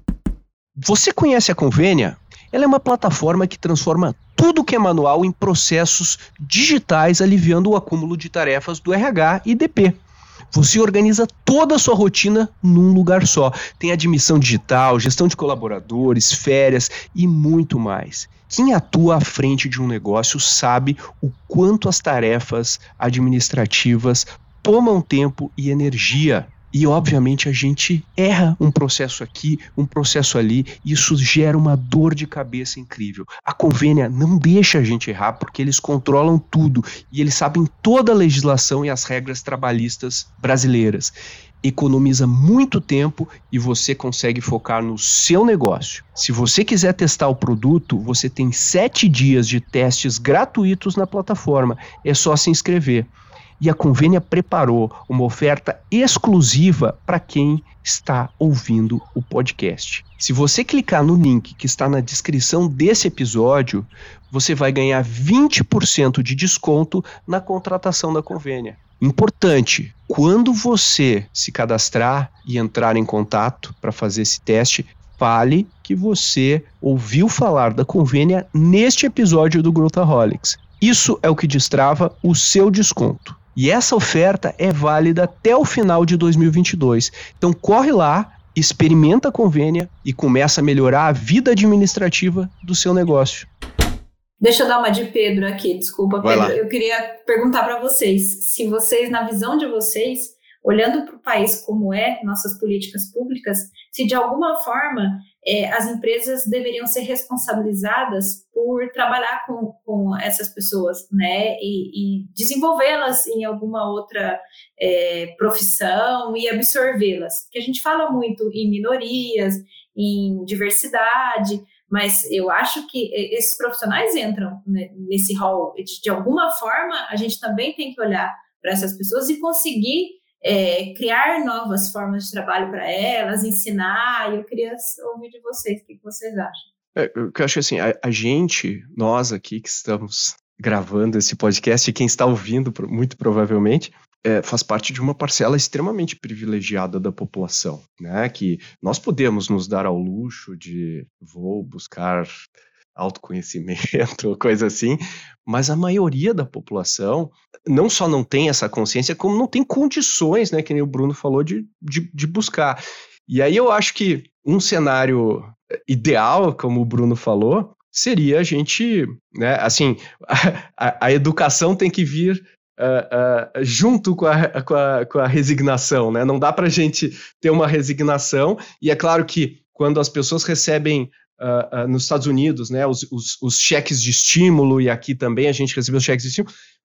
Você conhece a Convênia? Ela é uma plataforma que transforma tudo que é manual em processos digitais, aliviando o acúmulo de tarefas do RH e DP. Você organiza toda a sua rotina num lugar só. Tem admissão digital, gestão de colaboradores, férias e muito mais. Quem atua à frente de um negócio sabe o quanto as tarefas administrativas tomam tempo e energia. E, obviamente, a gente erra um processo aqui, um processo ali, e isso gera uma dor de cabeça incrível. A Convênia não deixa a gente errar, porque eles controlam tudo, e eles sabem toda a legislação e as regras trabalhistas brasileiras. Economiza muito tempo e você consegue focar no seu negócio. Se você quiser testar o produto, você tem 7 dias de testes gratuitos na plataforma. É só se inscrever. E a Convênia preparou uma oferta exclusiva para quem está ouvindo o podcast. Se você clicar no link que está na descrição desse episódio, você vai ganhar 20% de desconto na contratação da Convênia. Importante, quando você se cadastrar e entrar em contato para fazer esse teste, fale que você ouviu falar da Convênia neste episódio do Growthaholics. Isso é o que destrava o seu desconto. E essa oferta é válida até o final de 2022. Então corre lá, experimenta a Convênia e começa a melhorar a vida administrativa do seu negócio. Deixa eu dar uma de Pedro aqui, desculpa, Pedro. Eu queria perguntar para vocês, se vocês, na visão de vocês, olhando para o país como nossas políticas públicas, se de alguma forma as empresas deveriam ser responsabilizadas por trabalhar com essas pessoas, né, e desenvolvê-las em alguma outra profissão e absorvê-las. Porque a gente fala muito em minorias, em diversidade, mas eu acho que esses profissionais entram nesse rol. De alguma forma, a gente também tem que olhar para essas pessoas e conseguir criar novas formas de trabalho para elas, ensinar, e eu queria ouvir de vocês, o que vocês acham? Eu acho assim, nós aqui que estamos gravando esse podcast, e quem está ouvindo, muito provavelmente, faz parte de uma parcela extremamente privilegiada da população, né? Que nós podemos nos dar ao luxo de vou buscar autoconhecimento, coisa assim, mas a maioria da população não só não tem essa consciência, como não tem condições, né, que nem o Bruno falou, de buscar. E aí eu acho que um cenário ideal, como o Bruno falou, seria a gente, né, assim, a educação tem que vir junto com a resignação, né? Não dá pra gente ter uma resignação, e é claro que quando as pessoas recebem nos Estados Unidos, né, os cheques de estímulo, e aqui também a gente recebeu os cheques de estímulo,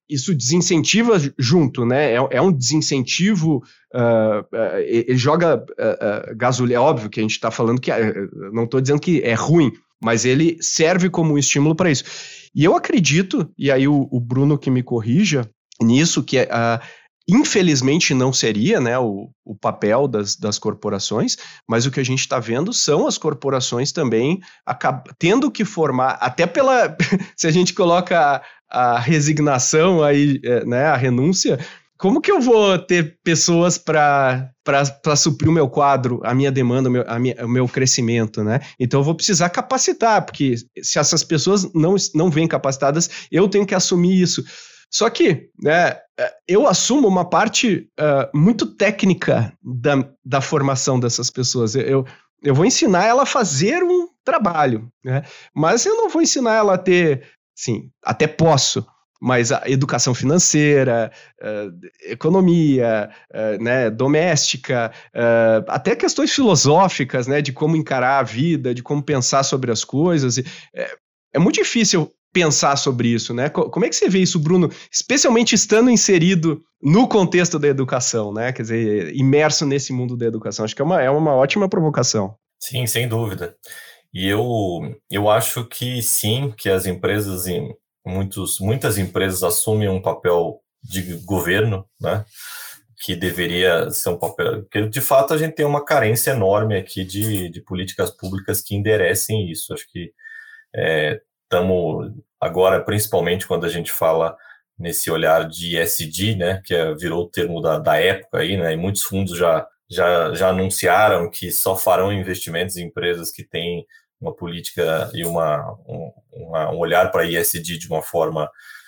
isso desincentiva junto, né? É um desincentivo, ele joga gasolina, é óbvio que a gente está falando que, não estou dizendo que é ruim, mas ele serve como um estímulo para isso. E eu acredito, e aí o Bruno que me corrija nisso, que infelizmente não seria, né, o papel das corporações, mas o que a gente está vendo são as corporações também tendo que formar, até pela, se a gente coloca a resignação aí, né, a renúncia, como que eu vou ter pessoas para suprir o meu quadro, a minha demanda, o meu crescimento, né? Então eu vou precisar capacitar, porque se essas pessoas não vêm capacitadas, eu tenho que assumir isso. Só que, né, eu assumo uma parte muito técnica da formação dessas pessoas. Eu vou ensinar ela a fazer um trabalho, né? Mas eu não vou ensinar ela a ter, sim, até posso, mas a educação financeira, economia, né, doméstica, até questões filosóficas, né, de como encarar a vida, de como pensar sobre as coisas. É muito difícil pensar sobre isso, né? Como é que você vê isso, Bruno? Especialmente estando inserido no contexto da educação, né? Quer dizer, imerso nesse mundo da educação. Acho que é uma ótima provocação. Sim, sem dúvida. E eu acho que sim, que as empresas, muitas empresas assumem um papel de governo, né? Que deveria ser um papel... Porque, de fato, a gente tem uma carência enorme aqui de políticas públicas que enderecem isso. Acho que estamos agora, principalmente quando a gente fala nesse olhar de ESG, né, que virou o termo da época aí, né, e muitos fundos já anunciaram que só farão investimentos em empresas que têm uma política e um olhar para ESG de uma forma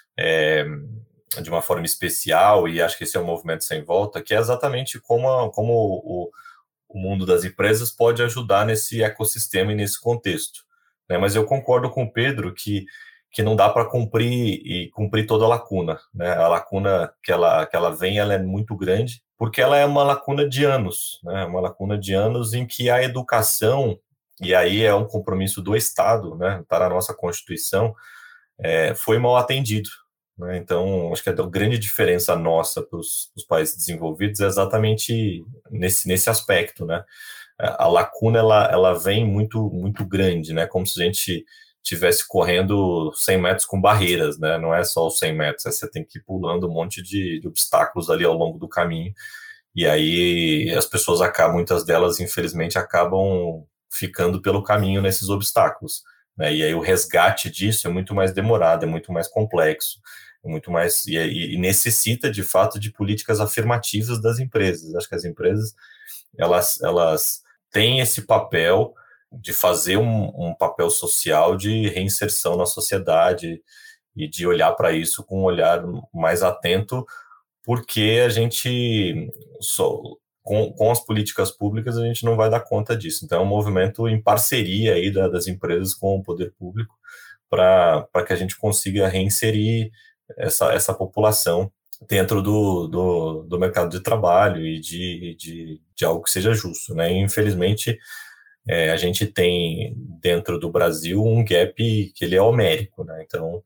especial, e acho que esse é um movimento sem volta, que é exatamente como o mundo das empresas pode ajudar nesse ecossistema e nesse contexto. Mas eu concordo com o Pedro que não dá para cumprir toda a lacuna, né? A lacuna que ela vem, ela é muito grande, porque ela é uma lacuna de anos, né? Uma lacuna de anos em que a educação, e aí é um compromisso do Estado, né? Está na nossa Constituição, foi mal atendido, né? Então, acho que a grande diferença nossa para os países desenvolvidos é exatamente nesse aspecto, né? A lacuna ela vem muito, muito grande, né? Como se a gente estivesse correndo 100 metros com barreiras, né? Não é só os 100 metros, você tem que ir pulando um monte de obstáculos ali ao longo do caminho. E aí as pessoas muitas delas, infelizmente, acabam ficando pelo caminho nesses obstáculos, né? E aí o resgate disso é muito mais demorado, é muito mais complexo, muito mais e necessita, de fato, de políticas afirmativas das empresas. Acho que as empresas elas têm esse papel de fazer um papel social de reinserção na sociedade e de olhar para isso com um olhar mais atento, porque a gente, com as políticas públicas, a gente não vai dar conta disso. Então é um movimento em parceria aí das empresas com o poder público para que a gente consiga reinserir essa população dentro do mercado de trabalho e de algo que seja justo, né? E, infelizmente, a gente tem dentro do Brasil um gap que ele é homérico, né? Então,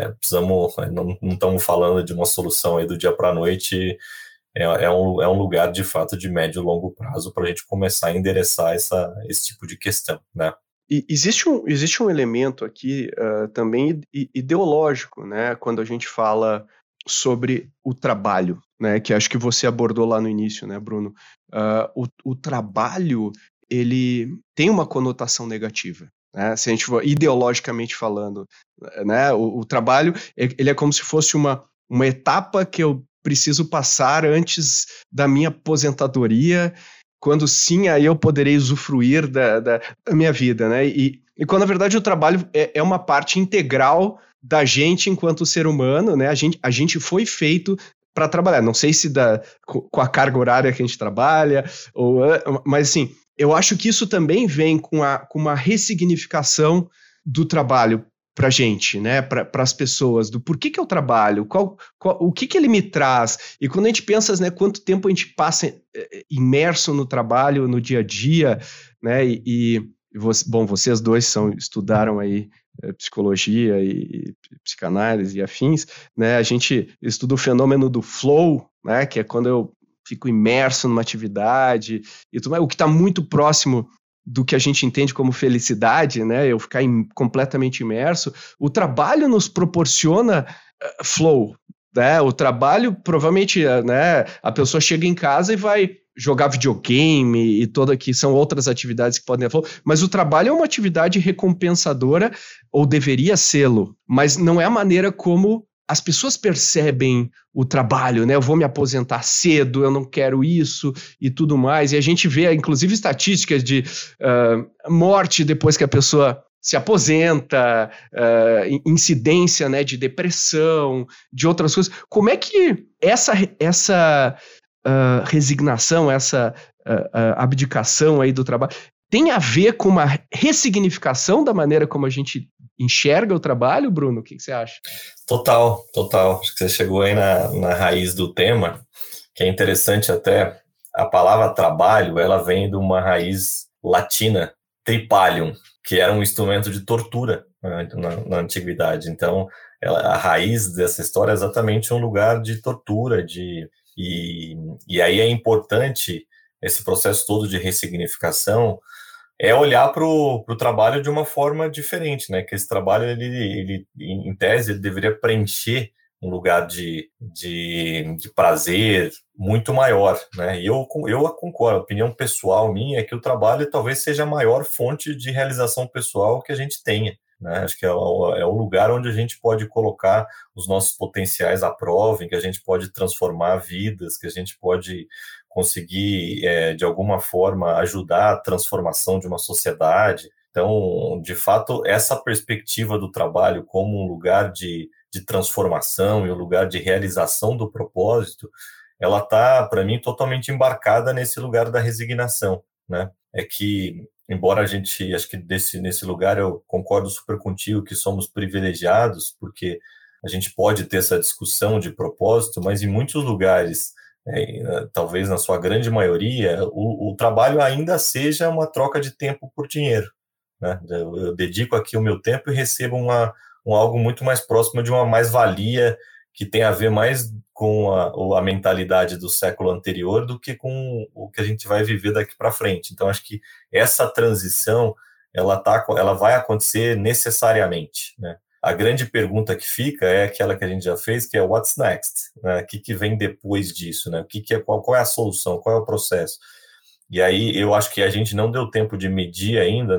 não estamos falando de uma solução aí do dia para a noite, é um lugar, de fato, de médio e longo prazo para a gente começar a endereçar esse tipo de questão, né? E existe um elemento aqui também ideológico, né? Quando a gente fala sobre o trabalho, né, que acho que você abordou lá no início, né, Bruno? O trabalho, ele tem uma conotação negativa, né? Se a gente for ideologicamente falando, né, o trabalho, ele é como se fosse uma etapa que eu preciso passar antes da minha aposentadoria, quando sim, aí eu poderei usufruir da minha vida, né? E quando, na verdade, o trabalho é uma parte integral da gente enquanto ser humano, né? A gente foi feito para trabalhar. Não sei se com a carga horária que a gente trabalha, mas assim, eu acho que isso também vem com uma ressignificação do trabalho para a gente, né? Para as pessoas, do porquê que eu trabalho, o que ele me traz. E quando a gente pensa, né, quanto tempo a gente passa imerso no trabalho, no dia a dia, né? E vocês dois estudaram aí psicologia e psicanálise e afins, né? A gente estuda o fenômeno do flow, né? Que é quando eu fico imerso numa atividade e tudo mais, o que está muito próximo do que a gente entende como felicidade, né? Eu ficar completamente imerso. O trabalho nos proporciona flow, né? O trabalho, provavelmente, né? A pessoa chega em casa e vai jogar videogame e que são outras atividades que podem flow, mas o trabalho é uma atividade recompensadora, ou deveria sê-lo, mas não é a maneira como as pessoas percebem o trabalho, né? Eu vou me aposentar cedo, eu não quero isso e tudo mais. E a gente vê, inclusive, estatísticas de morte depois que a pessoa se aposenta, incidência, né, de depressão, de outras coisas. Como é que essa resignação, essa abdicação aí do trabalho tem a ver com uma ressignificação da maneira como a gente enxerga o trabalho, Bruno? O que você acha? Total. Acho que você chegou aí na raiz do tema, que é interessante até. A palavra trabalho, ela vem de uma raiz latina, tripalium, que era um instrumento de tortura na antiguidade. Então, a raiz dessa história é exatamente um lugar de tortura, e aí é importante esse processo todo de ressignificação, é olhar para o trabalho de uma forma diferente, né? Que esse trabalho, ele em tese, ele deveria preencher um lugar de prazer muito maior, né? E eu concordo, a opinião pessoal minha é que o trabalho talvez seja a maior fonte de realização pessoal que a gente tenha, né? Acho que é o lugar onde a gente pode colocar os nossos potenciais à prova, em que a gente pode transformar vidas, que a gente pode conseguir, de alguma forma, ajudar a transformação de uma sociedade. Então, de fato, essa perspectiva do trabalho como um lugar de transformação e um lugar de realização do propósito, ela está, para mim, totalmente embarcada nesse lugar da resignação, né? É que, embora a gente, acho que nesse lugar eu concordo super contigo que somos privilegiados, porque a gente pode ter essa discussão de propósito, mas em muitos lugares, talvez na sua grande maioria, o trabalho ainda seja uma troca de tempo por dinheiro, né? Eu dedico aqui o meu tempo e recebo algo muito mais próximo de uma mais-valia que tem a ver mais com a mentalidade do século anterior do que com o que a gente vai viver daqui para frente. Então, acho que essa transição, ela vai acontecer necessariamente, né? A grande pergunta que fica é aquela que a gente já fez, que é what's next, né? O que vem depois disso, né? Qual é a solução, qual é o processo? E aí eu acho que a gente não deu tempo de medir ainda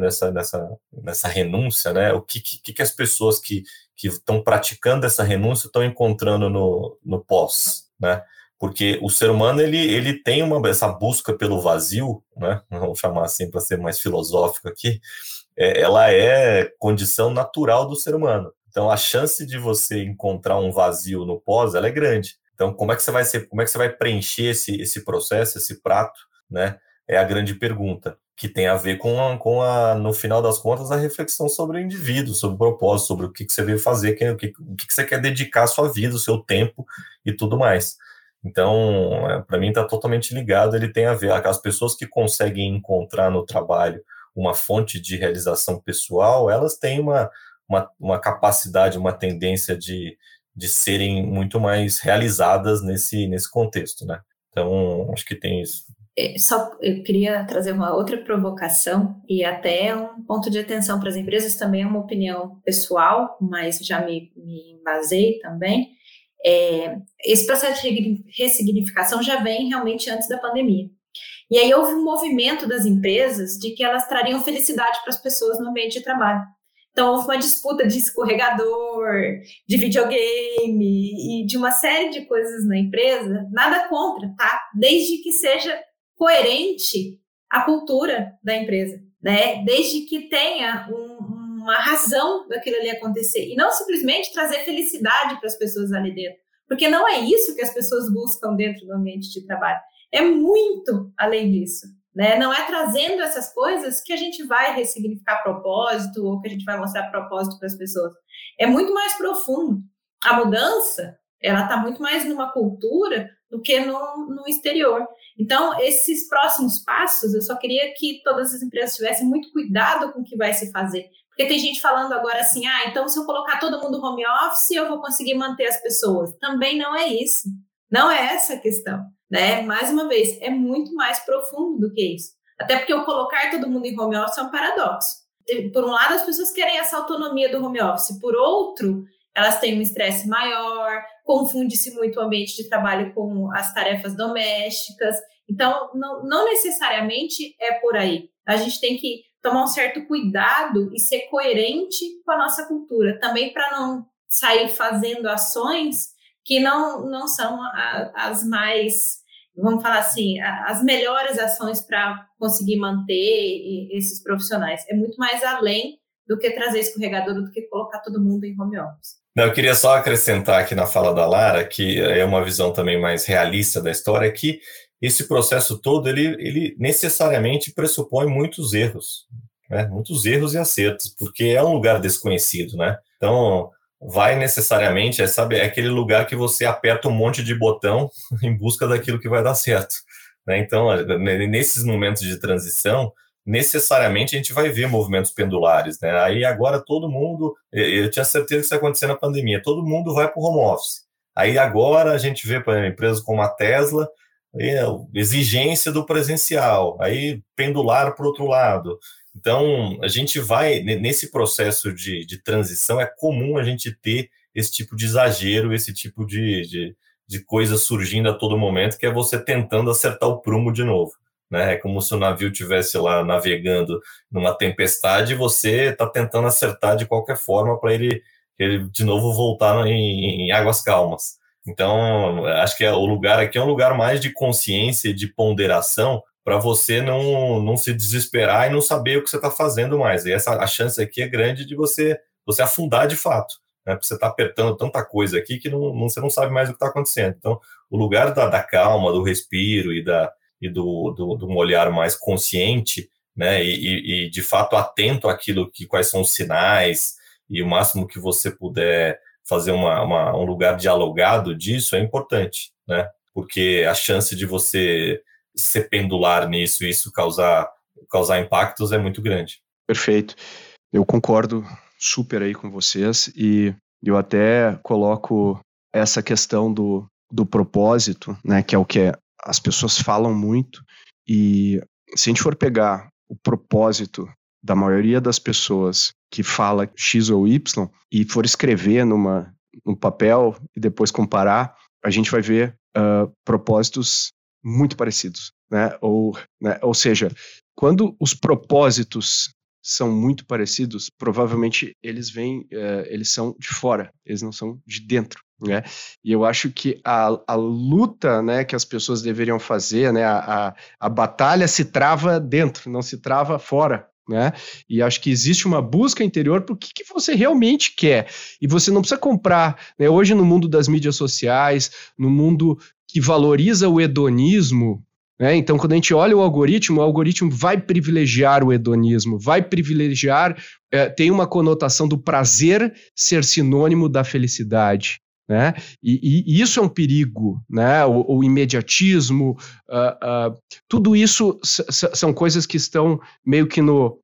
nessa renúncia, né? O que as pessoas que estão praticando essa renúncia estão encontrando no pós, né? Porque o ser humano ele tem essa busca pelo vazio, né? Vamos chamar assim para ser mais filosófico aqui. Ela é condição natural do ser humano. Então a chance de você encontrar um vazio no pós, ela é grande. Então como é que você vai preencher esse processo, esse prato, né? É a grande pergunta, que tem a ver com no final das contas, a reflexão sobre o indivíduo, sobre o propósito, sobre o que você veio fazer, o que você quer dedicar a sua vida, o seu tempo e tudo mais. Então, para mim, está totalmente ligado, ele tem a ver, as pessoas que conseguem encontrar no trabalho uma fonte de realização pessoal, elas têm uma capacidade, uma tendência de serem muito mais realizadas nesse contexto, né? Então, acho que tem isso. Eu queria trazer uma outra provocação e até um ponto de atenção para as empresas, também é uma opinião pessoal, mas já me embasei também. Esse processo de ressignificação já vem realmente antes da pandemia. E aí houve um movimento das empresas de que elas trariam felicidade para as pessoas no ambiente de trabalho. Então, houve uma disputa de escorregador, de videogame e de uma série de coisas na empresa. Nada contra, tá? Desde que seja coerente a cultura da empresa, né? Desde que tenha uma razão daquilo ali acontecer e não simplesmente trazer felicidade para as pessoas ali dentro, porque não é isso que as pessoas buscam dentro do ambiente de trabalho, é muito além disso, né? Não é trazendo essas coisas que a gente vai ressignificar propósito ou que a gente vai mostrar propósito para as pessoas, é muito mais profundo. A mudança, ela está muito mais numa cultura do que no exterior. Então, esses próximos passos, eu só queria que todas as empresas tivessem muito cuidado com o que vai se fazer. Porque tem gente falando agora assim, então se eu colocar todo mundo home office, eu vou conseguir manter as pessoas. Também não é isso. Não é essa a questão, né? Mais uma vez, é muito mais profundo do que isso. Até porque eu colocar todo mundo em home office é um paradoxo. Por um lado, as pessoas querem essa autonomia do home office. Por outro, elas têm um estresse maior, confunde-se muito o ambiente de trabalho com as tarefas domésticas. Então, não necessariamente é por aí. A gente tem que tomar um certo cuidado e ser coerente com a nossa cultura. Também para não sair fazendo ações que não são as mais, vamos falar assim, as melhores ações para conseguir manter esses profissionais. É muito mais além do que trazer escorregador, do que colocar todo mundo em home office. Eu queria só acrescentar aqui na fala da Lara, que é uma visão também mais realista da história, que esse processo todo, ele necessariamente pressupõe muitos erros, né? Muitos erros e acertos, porque é um lugar desconhecido, né? Então, vai necessariamente, é aquele lugar que você aperta um monte de botão em busca daquilo que vai dar certo, né? Então, nesses momentos de transição, necessariamente a gente vai ver movimentos pendulares, né? Aí agora todo mundo, eu tinha certeza que isso ia acontecer na pandemia, todo mundo vai para o home office. Aí agora a gente vê, por exemplo, empresas como a Tesla, exigência do presencial, aí pendular para o outro lado. Então, a gente vai, nesse processo de transição, é comum a gente ter esse tipo de exagero, esse tipo de coisa surgindo a todo momento, que é você tentando acertar o prumo de novo, né? É como se o navio estivesse lá navegando numa tempestade e você está tentando acertar de qualquer forma para ele de novo voltar em águas calmas. Então, acho que o lugar aqui é um lugar mais de consciência e de ponderação para você não se desesperar e não saber o que você está fazendo mais. E a chance aqui é grande de você afundar de fato, né? Porque você está apertando tanta coisa aqui que você não sabe mais o que está acontecendo. Então, o lugar da calma, do respiro e do um olhar mais consciente, né? E de fato atento àquilo quais são os sinais, e o máximo que você puder fazer um lugar dialogado disso é importante, né? Porque a chance de você ser pendular nisso e isso causar impactos é muito grande. Perfeito. Eu concordo super aí com vocês e eu até coloco essa questão do propósito, né, que é o que as pessoas falam muito, e se a gente for pegar o propósito da maioria das pessoas que fala X ou Y e for escrever num papel e depois comparar, a gente vai ver propósitos muito parecidos, né? Ou seja, quando os propósitos são muito parecidos, provavelmente eles são de fora, eles não são de dentro, né? E eu acho que a luta, né, que as pessoas deveriam fazer, né, a batalha se trava dentro, não se trava fora, né? E acho que existe uma busca interior por que você realmente quer. E você não precisa comprar, né? Hoje no mundo das mídias sociais, no mundo que valoriza o hedonismo, né? Então quando a gente olha o algoritmo vai privilegiar o hedonismo, vai privilegiar, tem uma conotação do prazer ser sinônimo da felicidade, né? E isso é um perigo, né? O imediatismo, tudo isso são coisas que estão meio que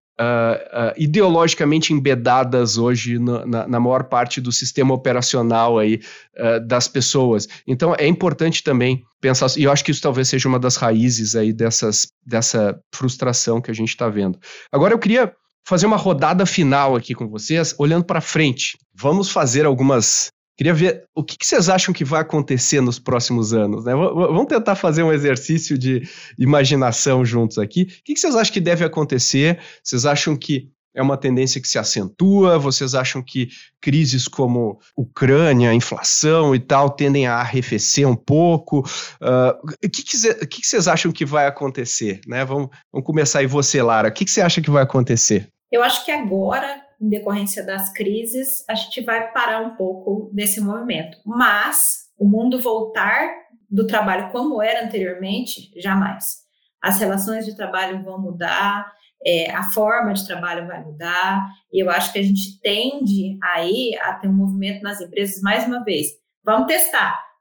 ideologicamente embedadas hoje na maior parte do sistema operacional aí, das pessoas. Então é importante também pensar, e eu acho que isso talvez seja uma das raízes aí dessa frustração que a gente está vendo. Agora eu queria fazer uma rodada final aqui com vocês, olhando para frente. Vamos fazer Queria ver o que vocês acham que vai acontecer nos próximos anos, né? Vamos tentar fazer um exercício de imaginação juntos aqui. O que vocês acham que deve acontecer? Vocês acham que é uma tendência que se acentua? Vocês acham que crises como Ucrânia, inflação e tal, tendem a arrefecer um pouco? O que vocês acham que vai acontecer, né? Vamos começar aí você, Lara. O que você acha que vai acontecer? Eu acho que agora, em decorrência das crises, a gente vai parar um pouco desse movimento. Mas o mundo voltar do trabalho como era anteriormente, jamais. As relações de trabalho vão mudar, a forma de trabalho vai mudar, e eu acho que a gente tende aí a ter um movimento nas empresas, mais uma vez, vamos testar.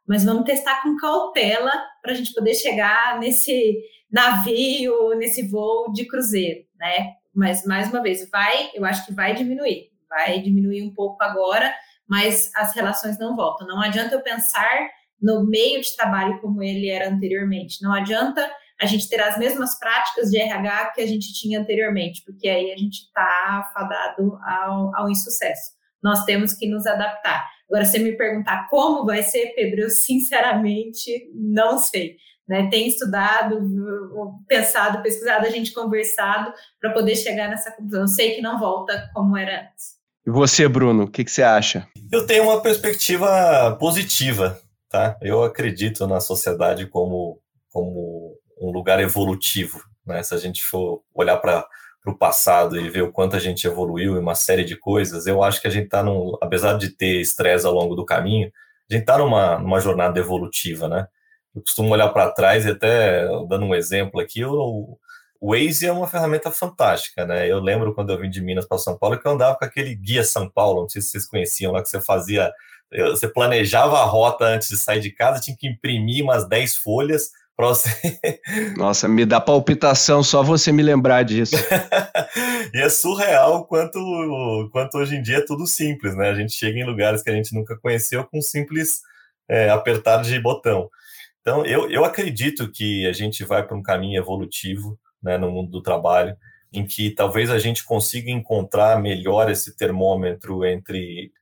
mas vamos testar com cautela para a gente poder chegar nesse navio, nesse voo de cruzeiro, né? Mas, mais uma vez, eu acho que vai diminuir um pouco agora, mas as relações não voltam. Não adianta eu pensar no meio de trabalho como ele era anteriormente. Não adianta a gente ter as mesmas práticas de RH que a gente tinha anteriormente, porque aí a gente está fadado ao insucesso. Nós temos que nos adaptar. Agora, se você me perguntar como vai ser, Pedro, eu sinceramente não sei. Né? Tem estudado, pensado, pesquisado, a gente conversado para poder chegar nessa conclusão. Eu sei que não volta como era antes. E você, Bruno, o que você acha? Eu tenho uma perspectiva positiva, tá? Eu acredito na sociedade como um lugar evolutivo, né? Se a gente for olhar para o passado e ver o quanto a gente evoluiu em uma série de coisas, eu acho que a gente está, apesar de ter estresse ao longo do caminho, a gente está numa jornada evolutiva, né? Eu costumo olhar para trás e até, dando um exemplo aqui, o Waze é uma ferramenta fantástica, né? Eu lembro quando eu vim de Minas para São Paulo que eu andava com aquele Guia São Paulo, não sei se vocês conheciam lá, que você planejava a rota antes de sair de casa, tinha que imprimir umas 10 folhas para você... Nossa, me dá palpitação só você me lembrar disso. E é surreal quanto hoje em dia é tudo simples, né? A gente chega em lugares que a gente nunca conheceu com um simples apertar de botão. Então, eu acredito que a gente vai para um caminho evolutivo, né, no mundo do trabalho, em que talvez a gente consiga encontrar melhor esse termômetro entre...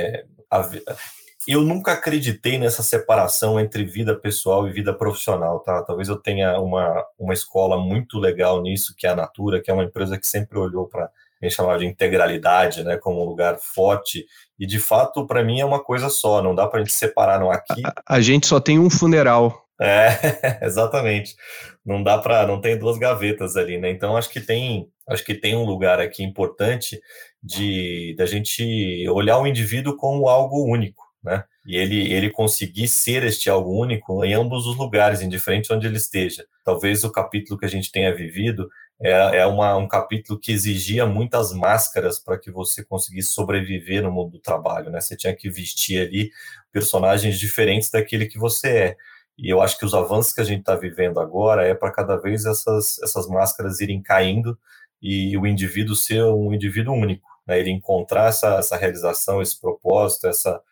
Eu nunca acreditei nessa separação entre vida pessoal e vida profissional, tá? Talvez eu tenha uma escola muito legal nisso, que é a Natura, que é uma empresa que sempre olhou para a gente chamava de integralidade, né, como um lugar forte, e de fato, para mim, é uma coisa só, não dá para a gente separar no aqui. A gente só tem um funeral. Exatamente. Não tem duas gavetas ali, né? Então, acho que tem um lugar aqui importante da gente olhar o indivíduo como algo único, né? E ele conseguir ser este algo único em ambos os lugares, indiferente onde ele esteja. Talvez o capítulo que a gente tenha vivido um capítulo que exigia muitas máscaras para que você conseguisse sobreviver no mundo do trabalho, né? Você tinha que vestir ali personagens diferentes daquele que você é. E eu acho que os avanços que a gente está vivendo agora é para cada vez essas máscaras irem caindo e o indivíduo ser um indivíduo único, né? Ele encontrar essa realização, esse propósito,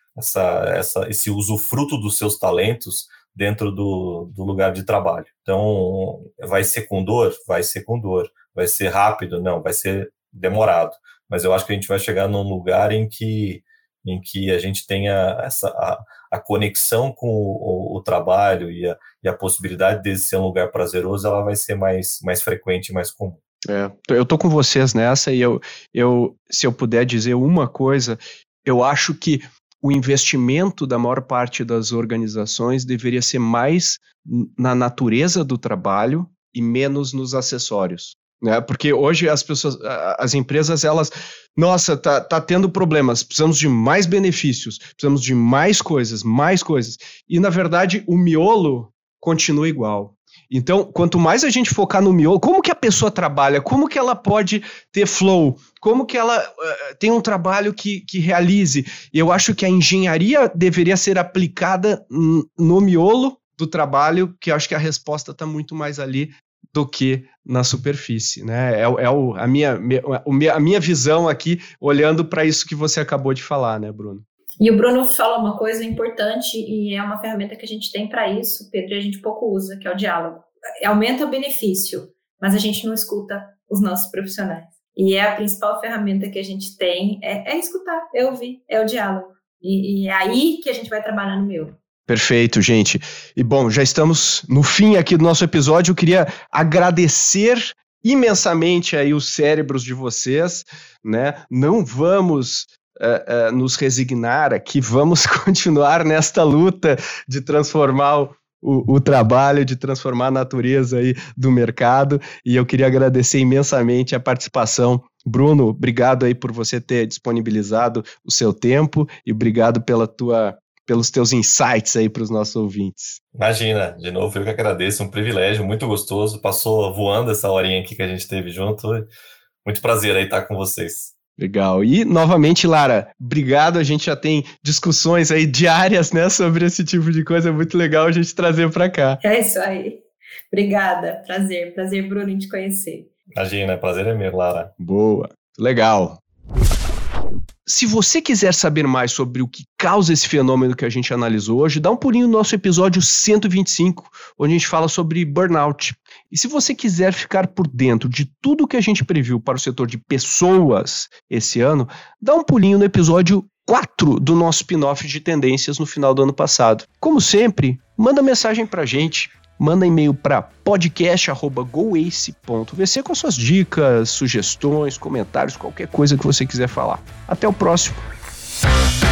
esse usufruto dos seus talentos dentro do lugar de trabalho. Então, vai ser com dor? Vai ser com dor. Vai ser rápido? Não, vai ser demorado. Mas eu acho que a gente vai chegar num lugar em que a gente tenha a conexão com o trabalho e a possibilidade de ser um lugar prazeroso, ela vai ser mais frequente e mais comum. Eu tô com vocês nessa e se eu puder dizer uma coisa, eu acho que o investimento da maior parte das organizações deveria ser mais na natureza do trabalho e menos nos acessórios, né? Porque hoje as empresas, elas, nossa, tá tendo problemas, precisamos de mais benefícios, precisamos de mais coisas, e na verdade o miolo continua igual. Então, quanto mais a gente focar no miolo, como que a pessoa trabalha, como que ela pode ter flow, como que ela tem um trabalho que realize. Eu acho que a engenharia deveria ser aplicada no miolo do trabalho, que eu acho que a resposta está muito mais ali do que na superfície, né? A minha visão aqui, olhando para isso que você acabou de falar, né, Bruno? E o Bruno fala uma coisa importante e é uma ferramenta que a gente tem para isso, Pedro, e a gente pouco usa, que é o diálogo. Aumenta o benefício, mas a gente não escuta os nossos profissionais. E é a principal ferramenta que a gente tem, é escutar, é ouvir, é o diálogo. E é aí que a gente vai trabalhar no meu. Perfeito, gente. E bom, já estamos no fim aqui do nosso episódio. Eu queria agradecer imensamente aí os cérebros de vocês, né? Não vamos nos resignar aqui, vamos continuar nesta luta de transformar o trabalho, de transformar a natureza aí do mercado, e eu queria agradecer imensamente a participação. Bruno, obrigado aí por você ter disponibilizado o seu tempo e obrigado pelos teus insights aí para os nossos ouvintes. Imagina, de novo, eu que agradeço, um privilégio, muito gostoso, passou voando essa horinha aqui que a gente teve junto, muito prazer aí estar com vocês. Legal. E, novamente, Lara, obrigado. A gente já tem discussões aí diárias, né, sobre esse tipo de coisa. É muito legal a gente trazer para cá. É isso aí. Obrigada. Prazer, Bruno, em te conhecer. Imagina, prazer é meu, Lara. Boa. Legal. Se você quiser saber mais sobre o que causa esse fenômeno que a gente analisou hoje, dá um pulinho no nosso episódio 125, onde a gente fala sobre burnout. E se você quiser ficar por dentro de tudo que a gente previu para o setor de pessoas esse ano, dá um pulinho no episódio 4 do nosso spin-off de tendências no final do ano passado. Como sempre, manda mensagem pra gente. Manda e-mail para podcast@goace.vc com suas dicas, sugestões, comentários, qualquer coisa que você quiser falar. Até o próximo.